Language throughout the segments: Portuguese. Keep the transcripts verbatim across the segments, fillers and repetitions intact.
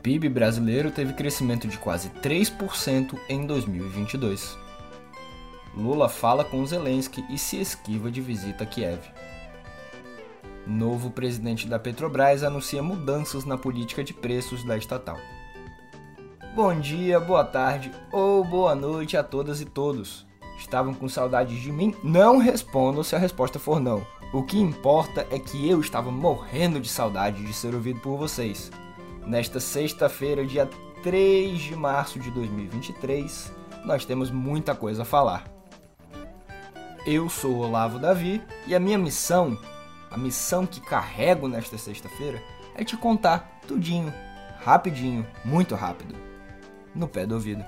P I B brasileiro teve crescimento de quase três por cento em dois mil e vinte e dois. Lula fala com Zelensky e se esquiva de visita a Kiev. Novo presidente da Petrobras anuncia mudanças na política de preços da estatal. Bom dia, boa tarde ou boa noite a todas e todos. Estavam com saudades de mim? Não respondam se a resposta for não. O que importa é que eu estava morrendo de saudade de ser ouvido por vocês. Nesta sexta-feira, dia três de março de dois mil e vinte e três, nós temos muita coisa a falar. Eu sou Olavo Davi e a minha missão, a missão que carrego nesta sexta-feira, é te contar tudinho, rapidinho, muito rápido, no pé do ouvido.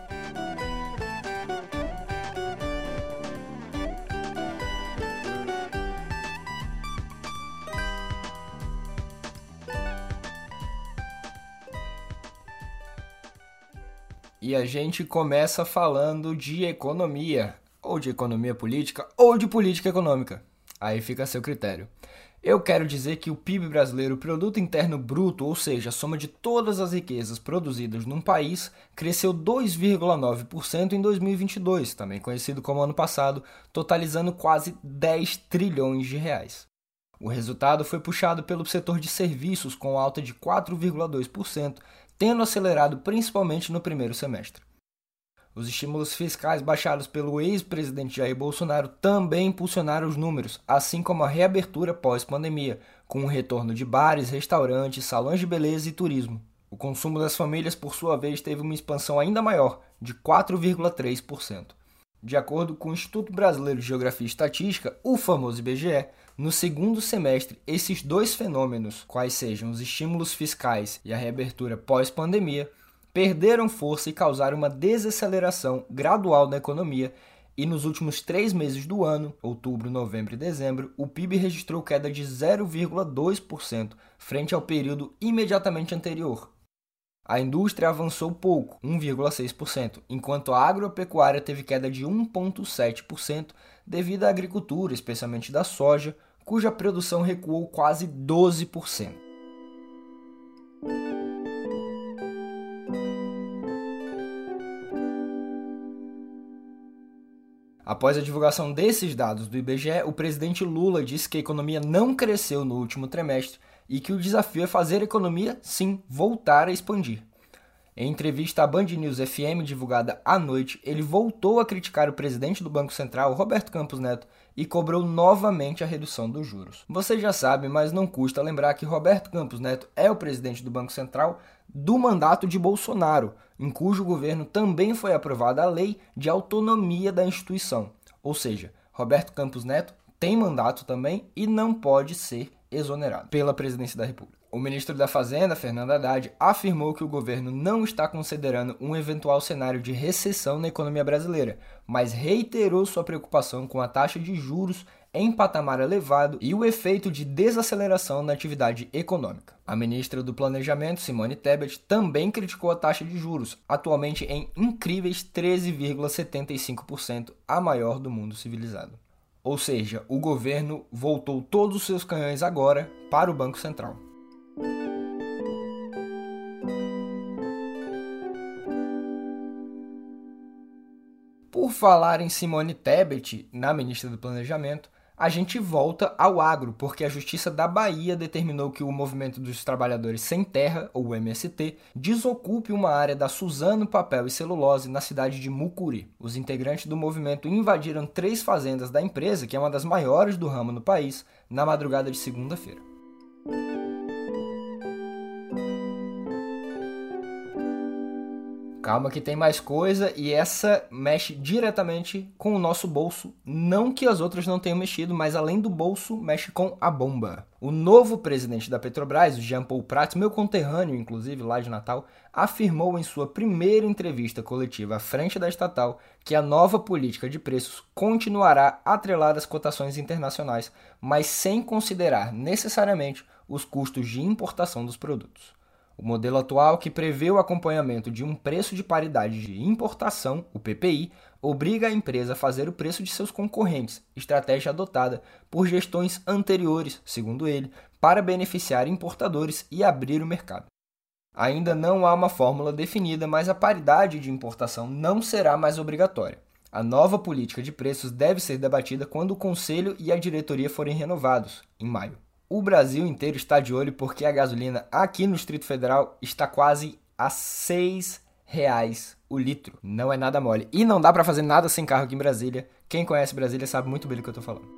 E a gente começa falando de economia, ou de economia política, ou de política econômica. Aí fica a seu critério. Eu quero dizer que o P I B brasileiro, o Produto Interno Bruto, ou seja, a soma de todas as riquezas produzidas num país, cresceu dois vírgula nove por cento em dois mil e vinte e dois, também conhecido como ano passado, totalizando quase dez trilhões de reais. O resultado foi puxado pelo setor de serviços, com alta de quatro vírgula dois por cento, tendo acelerado principalmente no primeiro semestre. Os estímulos fiscais baixados pelo ex-presidente Jair Bolsonaro também impulsionaram os números, assim como a reabertura pós-pandemia, com o retorno de bares, restaurantes, salões de beleza e turismo. O consumo das famílias, por sua vez, teve uma expansão ainda maior, de quatro vírgula três por cento. De acordo com o Instituto Brasileiro de Geografia e Estatística, o famoso I B G E, no segundo semestre, esses dois fenômenos, quais sejam os estímulos fiscais e a reabertura pós-pandemia, perderam força e causaram uma desaceleração gradual da economia, e nos últimos três meses do ano, outubro, novembro e dezembro, o P I B registrou queda de zero vírgula dois por cento frente ao período imediatamente anterior. A indústria avançou pouco, um vírgula seis por cento, enquanto a agropecuária teve queda de um vírgula sete por cento devido à agricultura, especialmente da soja, cuja produção recuou quase doze por cento. Após a divulgação desses dados do I B G E, o presidente Lula disse que a economia não cresceu no último trimestre e que o desafio é fazer a economia, sim, voltar a expandir. Em entrevista à Band News F M divulgada à noite, ele voltou a criticar o presidente do Banco Central, Roberto Campos Neto, e cobrou novamente a redução dos juros. Você já sabe, mas não custa lembrar que Roberto Campos Neto é o presidente do Banco Central do mandato de Bolsonaro, em cujo governo também foi aprovada a lei de autonomia da instituição. Ou seja, Roberto Campos Neto tem mandato também e não pode ser exonerado pela presidência da República. O ministro da Fazenda, Fernando Haddad, afirmou que o governo não está considerando um eventual cenário de recessão na economia brasileira, mas reiterou sua preocupação com a taxa de juros em patamar elevado e o efeito de desaceleração na atividade econômica. A ministra do Planejamento, Simone Tebet, também criticou a taxa de juros, atualmente em incríveis treze vírgula setenta e cinco por cento, a maior do mundo civilizado. Ou seja, o governo voltou todos os seus canhões agora para o Banco Central. Por falar em Simone Tebet, na ministra do Planejamento, a gente volta ao agro, porque a Justiça da Bahia determinou que o Movimento dos Trabalhadores Sem Terra, ou M S T, desocupe uma área da Suzano Papel e Celulose na cidade de Mucuri. Os integrantes do movimento invadiram três fazendas da empresa, que é uma das maiores do ramo no país, na madrugada de segunda-feira. Calma que tem mais coisa e essa mexe diretamente com o nosso bolso. Não que as outras não tenham mexido, mas além do bolso, mexe com a bomba. O novo presidente da Petrobras, Jean Paul Prats, meu conterrâneo, inclusive, lá de Natal, afirmou em sua primeira entrevista coletiva à frente da estatal que a nova política de preços continuará atrelada às cotações internacionais, mas sem considerar necessariamente os custos de importação dos produtos. O modelo atual, que prevê o acompanhamento de um preço de paridade de importação, o P P I, obriga a empresa a fazer o preço de seus concorrentes, estratégia adotada por gestões anteriores, segundo ele, para beneficiar importadores e abrir o mercado. Ainda não há uma fórmula definida, mas a paridade de importação não será mais obrigatória. A nova política de preços deve ser debatida quando o Conselho e a diretoria forem renovados, em maio. O Brasil inteiro está de olho porque a gasolina aqui no Distrito Federal está quase a seis reais o litro. Não é nada mole. E não dá para fazer nada sem carro aqui em Brasília. Quem conhece Brasília sabe muito bem do que eu tô falando.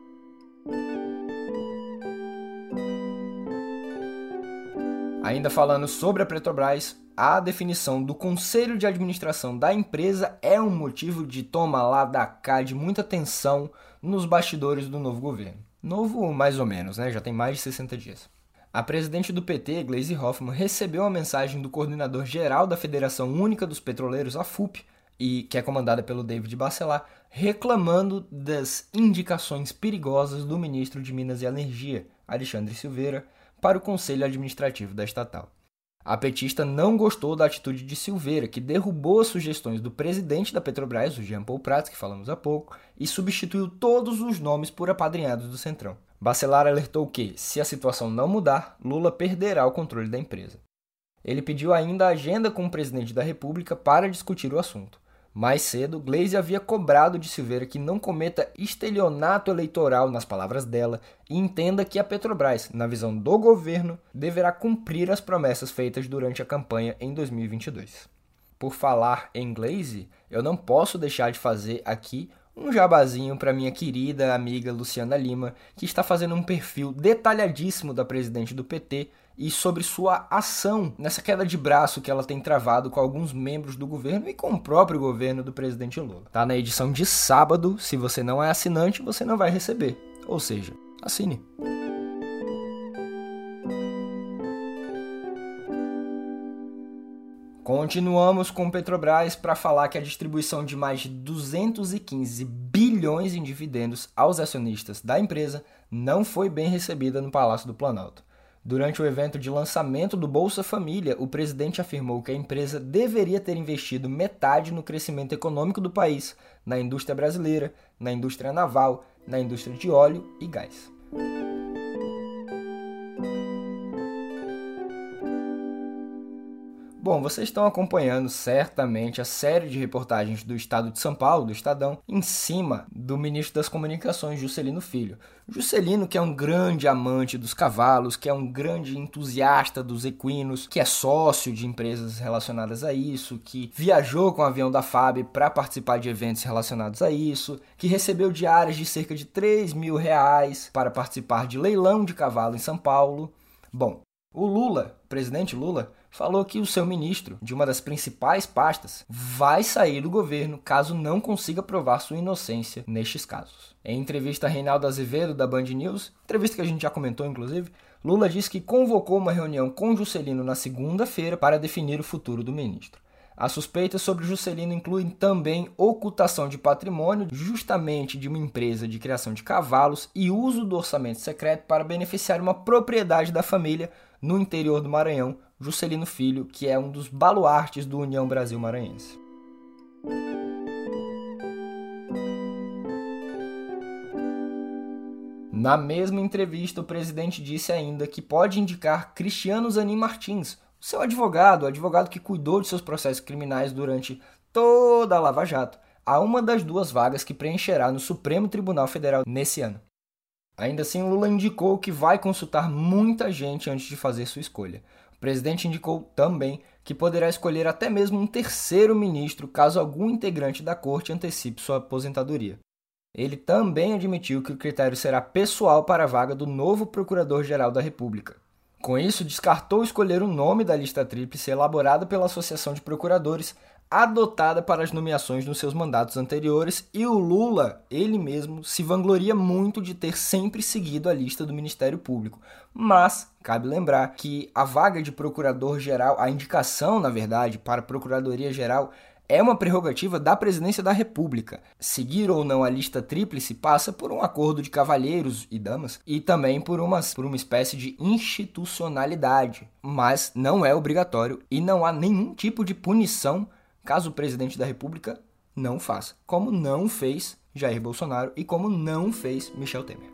Ainda falando sobre a Petrobras, a definição do Conselho de Administração da empresa é um motivo de toma lá da cá de muita tensão nos bastidores do novo governo. Novo mais ou menos, né? Já tem mais de sessenta dias. A presidente do P T, Gleisi Hoffmann, recebeu uma mensagem do coordenador-geral da Federação Única dos Petroleiros, a F U P, e que é comandada pelo David Bacelar, reclamando das indicações perigosas do ministro de Minas e Energia, Alexandre Silveira, para o Conselho Administrativo da estatal. A petista não gostou da atitude de Silveira, que derrubou as sugestões do presidente da Petrobras, o Jean Paul Prats, que falamos há pouco, e substituiu todos os nomes por apadrinhados do Centrão. Bacelar alertou que, se a situação não mudar, Lula perderá o controle da empresa. Ele pediu ainda a agenda com o presidente da República para discutir o assunto. Mais cedo, Gleisi havia cobrado de Silveira que não cometa estelionato eleitoral, nas palavras dela, e entenda que a Petrobras, na visão do governo, deverá cumprir as promessas feitas durante a campanha em dois mil e vinte e dois. Por falar em Gleisi, eu não posso deixar de fazer aqui um jabazinho para minha querida amiga Luciana Lima, que está fazendo um perfil detalhadíssimo da presidente do P T e sobre sua ação nessa queda de braço que ela tem travado com alguns membros do governo e com o próprio governo do presidente Lula. Tá na edição de sábado, se você não é assinante, você não vai receber. Ou seja, assine. Continuamos com Petrobras para falar que a distribuição de mais de duzentos e quinze bilhões em dividendos aos acionistas da empresa não foi bem recebida no Palácio do Planalto. Durante o evento de lançamento do Bolsa Família, o presidente afirmou que a empresa deveria ter investido metade no crescimento econômico do país, na indústria brasileira, na indústria naval, na indústria de óleo e gás. Bom, vocês estão acompanhando certamente a série de reportagens do Estado de São Paulo, do Estadão, em cima do ministro das Comunicações, Juscelino Filho. Juscelino, que é um grande amante dos cavalos, que é um grande entusiasta dos equinos, que é sócio de empresas relacionadas a isso, que viajou com o avião da F A B para participar de eventos relacionados a isso, que recebeu diárias de cerca de três mil reais para participar de leilão de cavalo em São Paulo. Bom, o Lula, o presidente Lula, falou que o seu ministro, de uma das principais pastas, vai sair do governo caso não consiga provar sua inocência nestes casos. Em entrevista a Reinaldo Azevedo, da Band News, entrevista que a gente já comentou inclusive, Lula disse que convocou uma reunião com Juscelino na segunda-feira para definir o futuro do ministro. As suspeitas sobre Juscelino incluem também ocultação de patrimônio, justamente de uma empresa de criação de cavalos, e uso do orçamento secreto para beneficiar uma propriedade da família no interior do Maranhão, Juscelino Filho, que é um dos baluartes do União Brasil Maranhense. Na mesma entrevista, o presidente disse ainda que pode indicar Cristiano Zanin Martins, seu advogado, o advogado que cuidou de seus processos criminais durante toda a Lava Jato, a uma das duas vagas que preencherá no Supremo Tribunal Federal nesse ano. Ainda assim, Lula indicou que vai consultar muita gente antes de fazer sua escolha. O presidente indicou também que poderá escolher até mesmo um terceiro ministro caso algum integrante da corte antecipe sua aposentadoria. Ele também admitiu que o critério será pessoal para a vaga do novo Procurador-Geral da República. Com isso, descartou escolher o nome da lista tríplice elaborada pela Associação de Procuradores, adotada para as nomeações nos seus mandatos anteriores, e o Lula, ele mesmo, se vangloria muito de ter sempre seguido a lista do Ministério Público. Mas, cabe lembrar que a vaga de Procurador-Geral, a indicação, na verdade, para a Procuradoria-Geral, é uma prerrogativa da Presidência da República. Seguir ou não a lista tríplice passa por um acordo de cavalheiros e damas e também por uma, por uma espécie de institucionalidade. Mas não é obrigatório e não há nenhum tipo de punição caso o Presidente da República não faça. Como não fez Jair Bolsonaro e como não fez Michel Temer.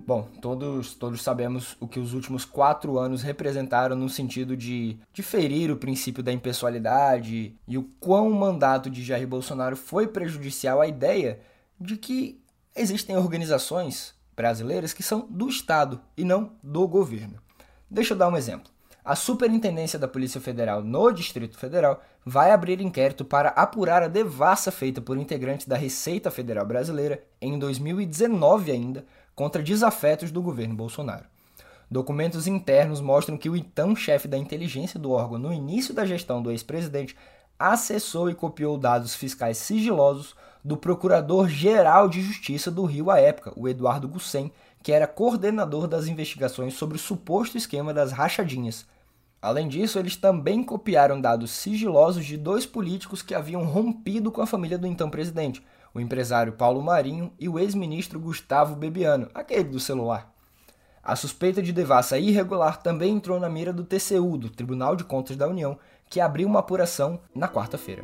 Bom, todos, todos sabemos o que os últimos quatro anos representaram no sentido de, de ferir o princípio da impessoalidade e o quão o mandato de Jair Bolsonaro foi prejudicial à ideia de que existem organizações brasileiras que são do Estado e não do governo. Deixa eu dar um exemplo. A Superintendência da Polícia Federal no Distrito Federal vai abrir inquérito para apurar a devassa feita por integrantes da Receita Federal Brasileira em dois mil e dezenove ainda, contra desafetos do governo Bolsonaro. Documentos internos mostram que o então chefe da inteligência do órgão no início da gestão do ex-presidente acessou e copiou dados fiscais sigilosos do Procurador-Geral de Justiça do Rio à época, o Eduardo Gussen, que era coordenador das investigações sobre o suposto esquema das rachadinhas. Além disso, eles também copiaram dados sigilosos de dois políticos que haviam rompido com a família do então presidente, o empresário Paulo Marinho e o ex-ministro Gustavo Bebiano, aquele do celular. A suspeita de devassa irregular também entrou na mira do T C U, do Tribunal de Contas da União, que abriu uma apuração na quarta-feira.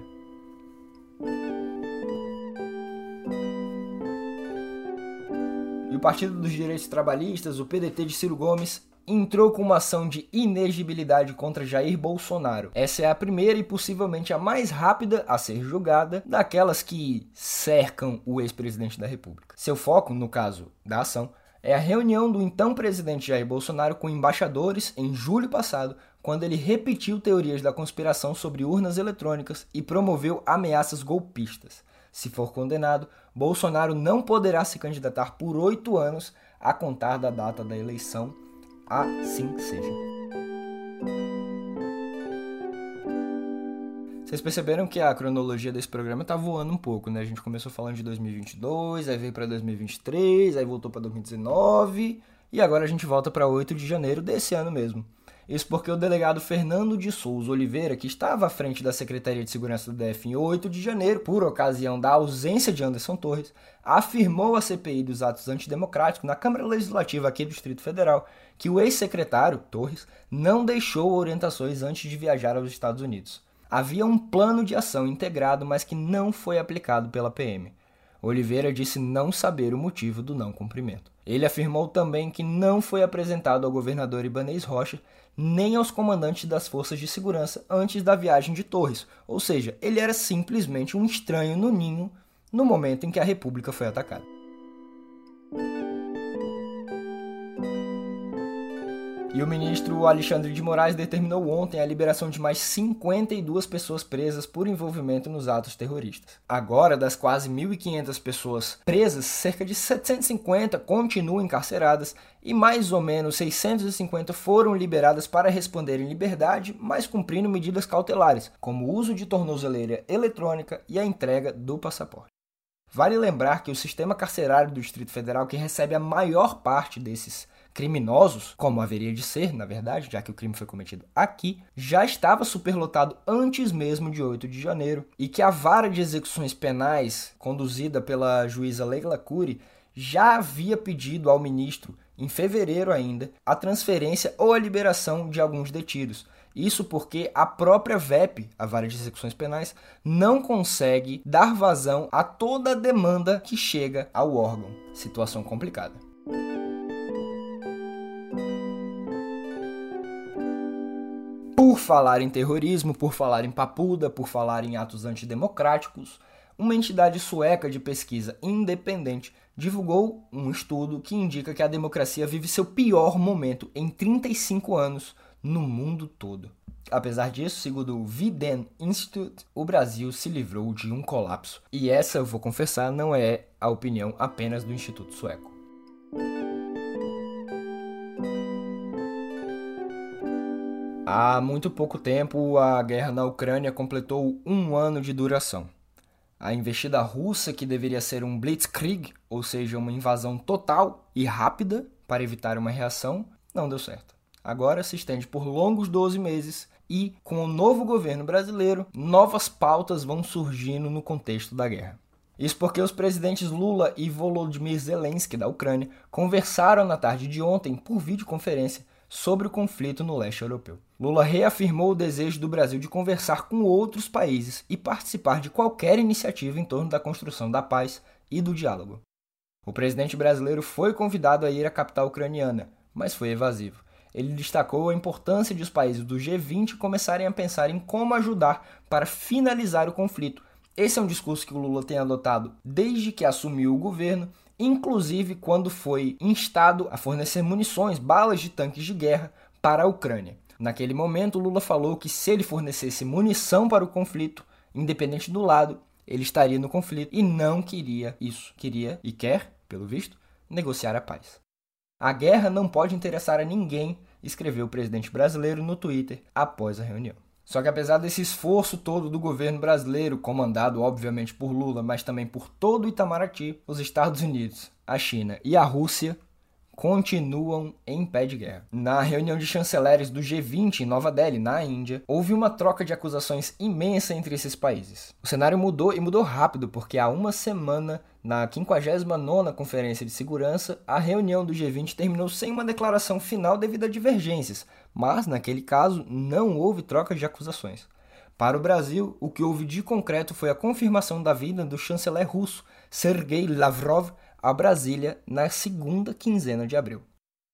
E o Partido dos Direitos Trabalhistas, o P D T de Ciro Gomes, entrou com uma ação de inegibilidade contra Jair Bolsonaro. Essa é a primeira e possivelmente a mais rápida a ser julgada daquelas que cercam o ex-presidente da República. Seu foco, no caso da ação, é a reunião do então presidente Jair Bolsonaro com embaixadores em julho passado, quando ele repetiu teorias da conspiração sobre urnas eletrônicas e promoveu ameaças golpistas. Se for condenado, Bolsonaro não poderá se candidatar por oito anos a contar da data da eleição. Assim seja. Vocês perceberam que a cronologia desse programa tá voando um pouco, né? A gente começou falando de dois mil e vinte e dois, aí veio para dois mil e vinte e três, aí voltou para dois mil e dezenove e agora a gente volta para oito de janeiro desse ano mesmo. Isso porque o delegado Fernando de Souza Oliveira, que estava à frente da Secretaria de Segurança do D F em oito de janeiro, por ocasião da ausência de Anderson Torres, afirmou à C P I dos atos antidemocráticos na Câmara Legislativa aqui do Distrito Federal que o ex-secretário, Torres, não deixou orientações antes de viajar aos Estados Unidos. Havia um plano de ação integrado, mas que não foi aplicado pela P M. Oliveira disse não saber o motivo do não cumprimento. Ele afirmou também que não foi apresentado ao governador Ibanez Rocha nem aos comandantes das forças de segurança antes da viagem de Torres, ou seja, ele era simplesmente um estranho no ninho no momento em que a República foi atacada. E o ministro Alexandre de Moraes determinou ontem a liberação de mais cinquenta e duas pessoas presas por envolvimento nos atos terroristas. Agora, das quase mil e quinhentas pessoas presas, cerca de setecentas e cinquenta continuam encarceradas e mais ou menos seiscentas e cinquenta foram liberadas para responder em liberdade, mas cumprindo medidas cautelares, como o uso de tornozeleira eletrônica e a entrega do passaporte. Vale lembrar que o sistema carcerário do Distrito Federal, que recebe a maior parte desses criminosos, como haveria de ser, na verdade, já que o crime foi cometido aqui, já estava superlotado antes mesmo de oito de janeiro e que a vara de execuções penais, conduzida pela juíza Leila Cury, já havia pedido ao ministro, em fevereiro ainda, a transferência ou a liberação de alguns detidos. Isso porque a própria V E P, a Vara de Execuções Penais, não consegue dar vazão a toda a demanda que chega ao órgão. Situação complicada. Por falar em terrorismo, por falar em papuda, por falar em atos antidemocráticos, uma entidade sueca de pesquisa independente divulgou um estudo que indica que a democracia vive seu pior momento em trinta e cinco anos no mundo todo. Apesar disso, segundo o Viden Institute, o Brasil se livrou de um colapso. E essa, eu vou confessar, não é a opinião apenas do Instituto Sueco. Há muito pouco tempo, a guerra na Ucrânia completou um ano de duração. A investida russa, que deveria ser um blitzkrieg, ou seja, uma invasão total e rápida para evitar uma reação, não deu certo. Agora se estende por longos doze meses e, com o novo governo brasileiro, novas pautas vão surgindo no contexto da guerra. Isso porque os presidentes Lula e Volodymyr Zelensky, da Ucrânia, conversaram na tarde de ontem por videoconferência sobre o conflito no leste europeu. Lula reafirmou o desejo do Brasil de conversar com outros países e participar de qualquer iniciativa em torno da construção da paz e do diálogo. O presidente brasileiro foi convidado a ir à capital ucraniana, mas foi evasivo. Ele destacou a importância de os países do G vinte começarem a pensar em como ajudar para finalizar o conflito. Esse é um discurso que o Lula tem adotado desde que assumiu o governo, inclusive quando foi instado a fornecer munições, balas de tanques de guerra para a Ucrânia. Naquele momento, Lula falou que se ele fornecesse munição para o conflito, independente do lado, ele estaria no conflito e não queria isso. Queria e quer, pelo visto, negociar a paz. A guerra não pode interessar a ninguém, escreveu o presidente brasileiro no Twitter após a reunião. Só que apesar desse esforço todo do governo brasileiro, comandado obviamente por Lula, mas também por todo o Itamaraty, os Estados Unidos, a China e a Rússia continuam em pé de guerra. Na reunião de chanceleres do G vinte em Nova Delhi, na Índia, houve uma troca de acusações imensa entre esses países. O cenário mudou e mudou rápido, porque há uma semana, na quinquagésima nona Conferência de Segurança, a reunião do G vinte terminou sem uma declaração final devido a divergências, mas, naquele caso, não houve troca de acusações. Para o Brasil, o que houve de concreto foi a confirmação da vinda do chanceler russo, Sergei Lavrov, a Brasília na segunda quinzena de abril.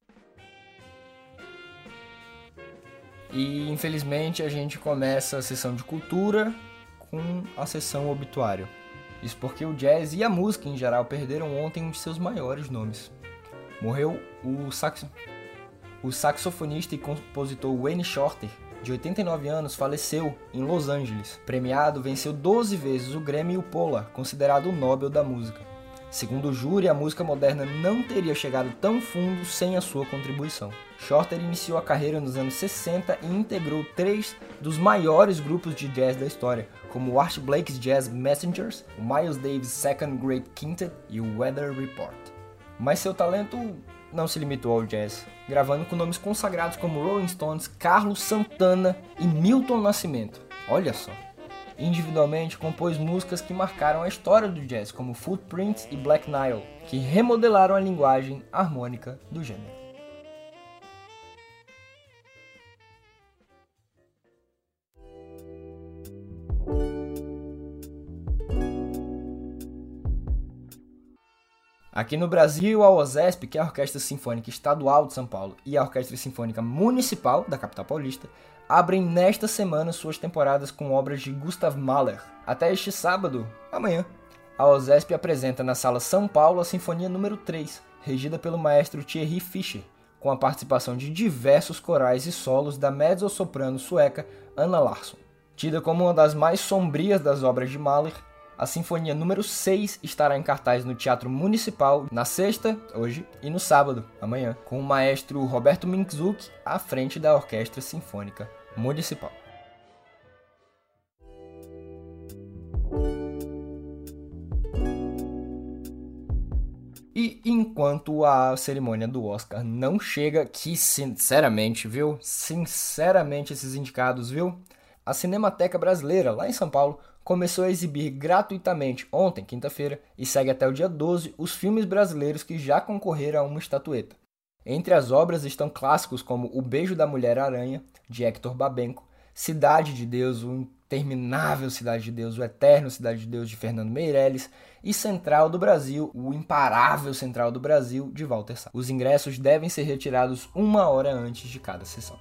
E, infelizmente, a gente começa a sessão de cultura com a sessão obituário. Isso porque o jazz e a música, em geral, perderam ontem um de seus maiores nomes. Morreu o, saxo... o saxofonista e compositor Wayne Shorter, de oitenta e nove anos, faleceu em Los Angeles. Premiado, venceu doze vezes o Grammy e o Polar, considerado o Nobel da música. Segundo o júri, a música moderna não teria chegado tão fundo sem a sua contribuição. Shorter iniciou a carreira nos anos sessenta e integrou três dos maiores grupos de jazz da história, como o Art Blake's Jazz Messengers, o Miles Davis' Second Great Quintet e o Weather Report. Mas seu talento não se limitou ao jazz, gravando com nomes consagrados como Rolling Stones, Carlos Santana e Milton Nascimento. Olha só! Individualmente, compôs músicas que marcaram a história do jazz, como Footprints e Black Nile, que remodelaram a linguagem harmônica do gênero. Aqui no Brasil, a OSESP, que é a Orquestra Sinfônica Estadual de São Paulo, e a Orquestra Sinfônica Municipal da capital paulista, abrem nesta semana suas temporadas com obras de Gustav Mahler. Até este sábado, amanhã, a OSESP apresenta na Sala São Paulo a Sinfonia número três, regida pelo maestro Thierry Fischer, com a participação de diversos corais e solos da mezzo-soprano sueca Anna Larsson. Tida como uma das mais sombrias das obras de Mahler, a Sinfonia número seis estará em cartaz no Teatro Municipal na sexta, hoje, e no sábado, amanhã, com o maestro Roberto Minczuk à frente da Orquestra Sinfônica Municipal. E enquanto a cerimônia do Oscar não chega, que sinceramente, viu? Sinceramente esses indicados, viu? A Cinemateca Brasileira, lá em São Paulo, começou a exibir gratuitamente ontem, quinta-feira, e segue até o dia doze, os filmes brasileiros que já concorreram a uma estatueta. Entre as obras estão clássicos como O Beijo da Mulher-Aranha, de Hector Babenco, Cidade de Deus, o interminável Cidade de Deus, o eterno Cidade de Deus, de Fernando Meirelles, e Central do Brasil, o imparável Central do Brasil, de Walter Salles. Os ingressos devem ser retirados uma hora antes de cada sessão.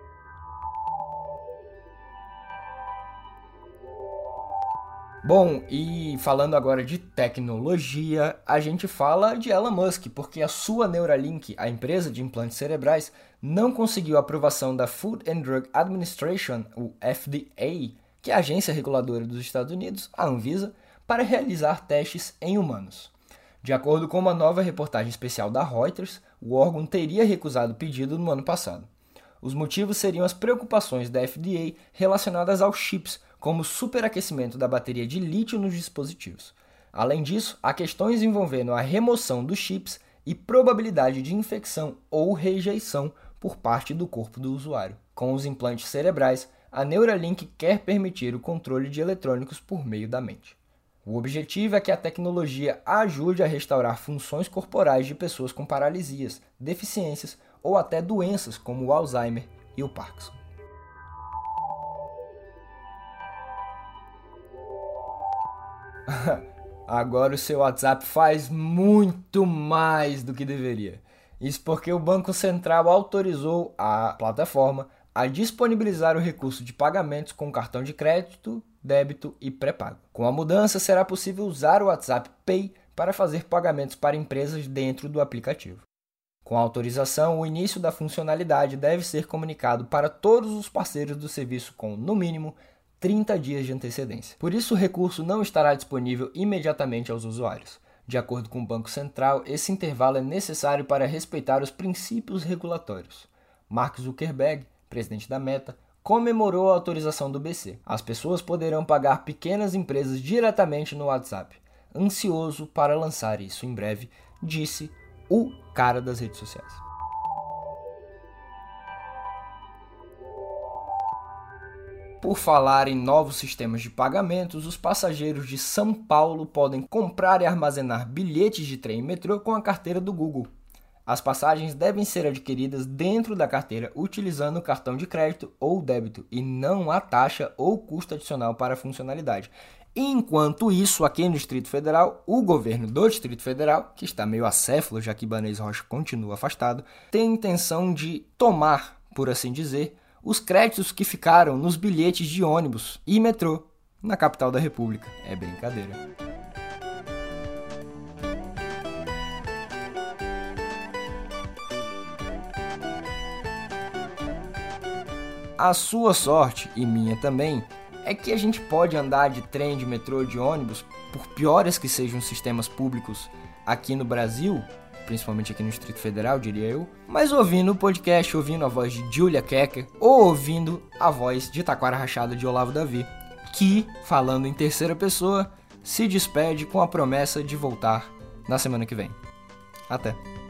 Bom, e falando agora de tecnologia, a gente fala de Elon Musk, porque a sua Neuralink, a empresa de implantes cerebrais, não conseguiu a aprovação da Food and Drug Administration, o F D A, que é a agência reguladora dos Estados Unidos, a Anvisa, para realizar testes em humanos. De acordo com uma nova reportagem especial da Reuters, o órgão teria recusado o pedido no ano passado. Os motivos seriam as preocupações da F D A relacionadas aos chips, como o superaquecimento da bateria de lítio nos dispositivos. Além disso, há questões envolvendo a remoção dos chips e probabilidade de infecção ou rejeição por parte do corpo do usuário. Com os implantes cerebrais, a Neuralink quer permitir o controle de eletrônicos por meio da mente. O objetivo é que a tecnologia ajude a restaurar funções corporais de pessoas com paralisias, deficiências ou até doenças como o Alzheimer e o Parkinson. Agora o seu WhatsApp faz muito mais do que deveria. Isso porque o Banco Central autorizou a plataforma a disponibilizar o recurso de pagamentos com cartão de crédito, débito e pré-pago. Com a mudança, será possível usar o WhatsApp Pay para fazer pagamentos para empresas dentro do aplicativo. Com a autorização, o início da funcionalidade deve ser comunicado para todos os parceiros do serviço com, no mínimo, trinta dias de antecedência. Por isso, o recurso não estará disponível imediatamente aos usuários. De acordo com o Banco Central, esse intervalo é necessário para respeitar os princípios regulatórios. Mark Zuckerberg, presidente da Meta, comemorou a autorização do B C. As pessoas poderão pagar pequenas empresas diretamente no WhatsApp. Ansioso para lançar isso em breve, disse o cara das redes sociais. Por falar em novos sistemas de pagamentos, os passageiros de São Paulo podem comprar e armazenar bilhetes de trem e metrô com a carteira do Google. As passagens devem ser adquiridas dentro da carteira utilizando o cartão de crédito ou débito e não há taxa ou custo adicional para a funcionalidade. Enquanto isso, aqui no Distrito Federal, o governo do Distrito Federal, que está meio acéfalo já que Ibanez Rocha continua afastado, tem a intenção de tomar, por assim dizer, os créditos que ficaram nos bilhetes de ônibus e metrô na capital da República. É brincadeira. A sua sorte, e minha também, é que a gente pode andar de trem, de metrô, de ônibus, por piores que sejam os sistemas públicos aqui no Brasil, principalmente aqui no Distrito Federal, diria eu, mas ouvindo o podcast, ouvindo a voz de Julia Kecker, ou ouvindo a voz de Taquara Rachada de Olavo Davi, que, falando em terceira pessoa, se despede com a promessa de voltar na semana que vem. Até!